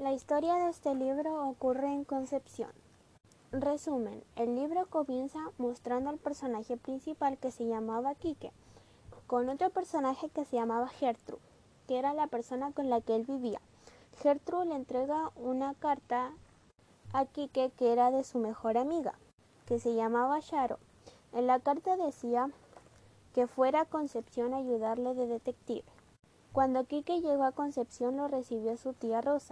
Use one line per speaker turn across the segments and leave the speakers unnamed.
La historia de este libro ocurre en Concepción. Resumen, el libro comienza mostrando al personaje principal que se llamaba Quique, con otro personaje que se llamaba Gertrude, que era la persona con la que él vivía. Gertrude le entrega una carta a Quique que era de su mejor amiga, que se llamaba Charo. En la carta decía que fuera a Concepción a ayudarle de detective. Cuando Quique llegó a Concepción lo recibió su tía Rosa.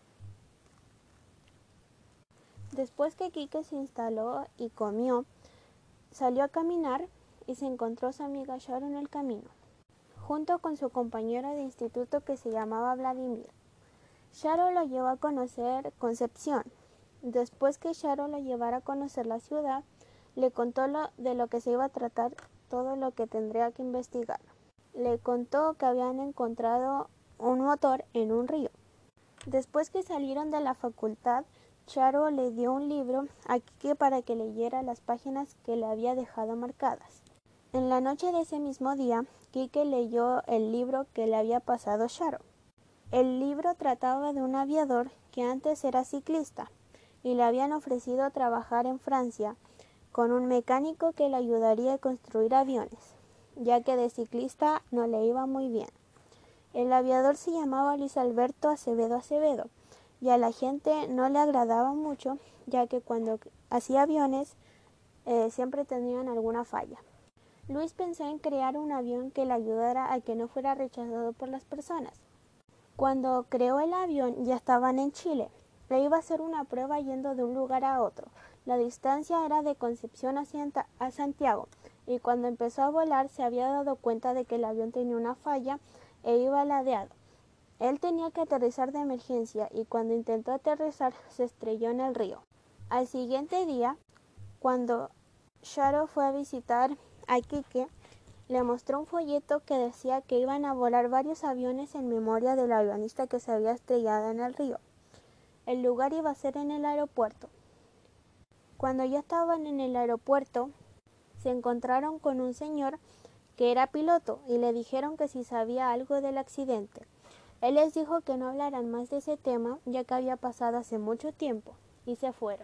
Después que Quique se instaló y comió, salió a caminar y se encontró a su amiga Charo en el camino, junto con su compañero de instituto que se llamaba Vladimir. Charo lo llevó a conocer Concepción. Después que Charo lo llevara a conocer la ciudad, le contó de lo que se iba a tratar, todo lo que tendría que investigar. Le contó que habían encontrado un motor en un río. Después que salieron de la facultad, Charo le dio un libro a Quique para que leyera las páginas que le había dejado marcadas. En la noche de ese mismo día, Quique leyó el libro que le había pasado Charo. El libro trataba de un aviador que antes era ciclista y le habían ofrecido trabajar en Francia con un mecánico que le ayudaría a construir aviones, ya que de ciclista no le iba muy bien. El aviador se llamaba Luis Alberto Acevedo y a la gente no le agradaba mucho, ya que cuando hacía aviones siempre tenían alguna falla. Luis pensó en crear un avión que le ayudara a que no fuera rechazado por las personas. Cuando creó el avión ya estaban en Chile. Le iba a hacer una prueba yendo de un lugar a otro. La distancia era de Concepción a Santiago, y cuando empezó a volar se había dado cuenta de que el avión tenía una falla e iba ladeado. Él tenía que aterrizar de emergencia y cuando intentó aterrizar se estrelló en el río. Al siguiente día, cuando Charo fue a visitar a Quique, le mostró un folleto que decía que iban a volar varios aviones en memoria del avionista que se había estrellado en el río. El lugar iba a ser en el aeropuerto. Cuando ya estaban en el aeropuerto, se encontraron con un señor que era piloto y le dijeron que si sabía algo del accidente. Él les dijo que no hablaran más de ese tema, ya que había pasado hace mucho tiempo, y se fueron.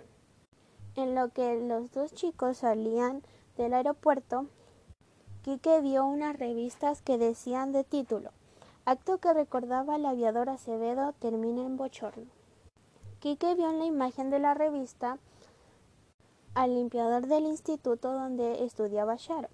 En lo que los dos chicos salían del aeropuerto, Quique vio unas revistas que decían de título: acto que recordaba al aviador Acevedo termina en bochorno. Quique vio en la imagen de la revista al limpiador del instituto donde estudiaba Charo.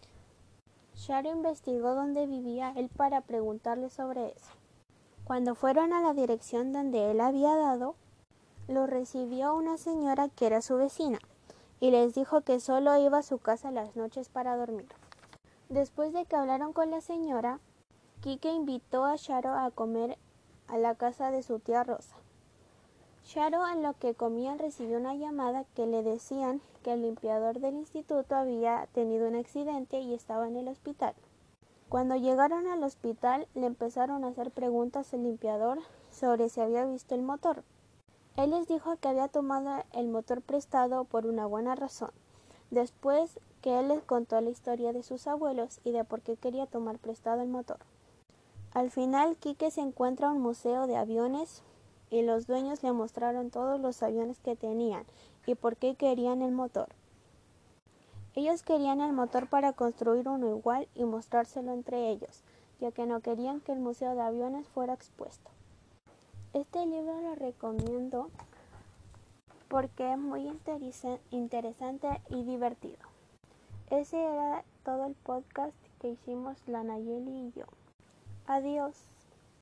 Charo investigó dónde vivía él para preguntarle sobre eso. Cuando fueron a la dirección donde él había dado, lo recibió una señora que era su vecina y les dijo que solo iba a su casa las noches para dormir. Después de que hablaron con la señora, Quique invitó a Charo a comer a la casa de su tía Rosa. Charo, en lo que comían, recibió una llamada que le decían que el limpiador del instituto había tenido un accidente y estaba en el hospital. Cuando llegaron al hospital, le empezaron a hacer preguntas al limpiador sobre si había visto el motor. Él les dijo que había tomado el motor prestado por una buena razón. Después que él les contó la historia de sus abuelos y de por qué quería tomar prestado el motor. Al final, Quique se encuentra en un museo de aviones y los dueños le mostraron todos los aviones que tenían y por qué querían el motor. Ellos querían el motor para construir uno igual y mostrárselo entre ellos, ya que no querían que el museo de aviones fuera expuesto. Este libro lo recomiendo porque es muy interesante y divertido. Ese era todo el podcast que hicimos la Nayeli y yo. Adiós.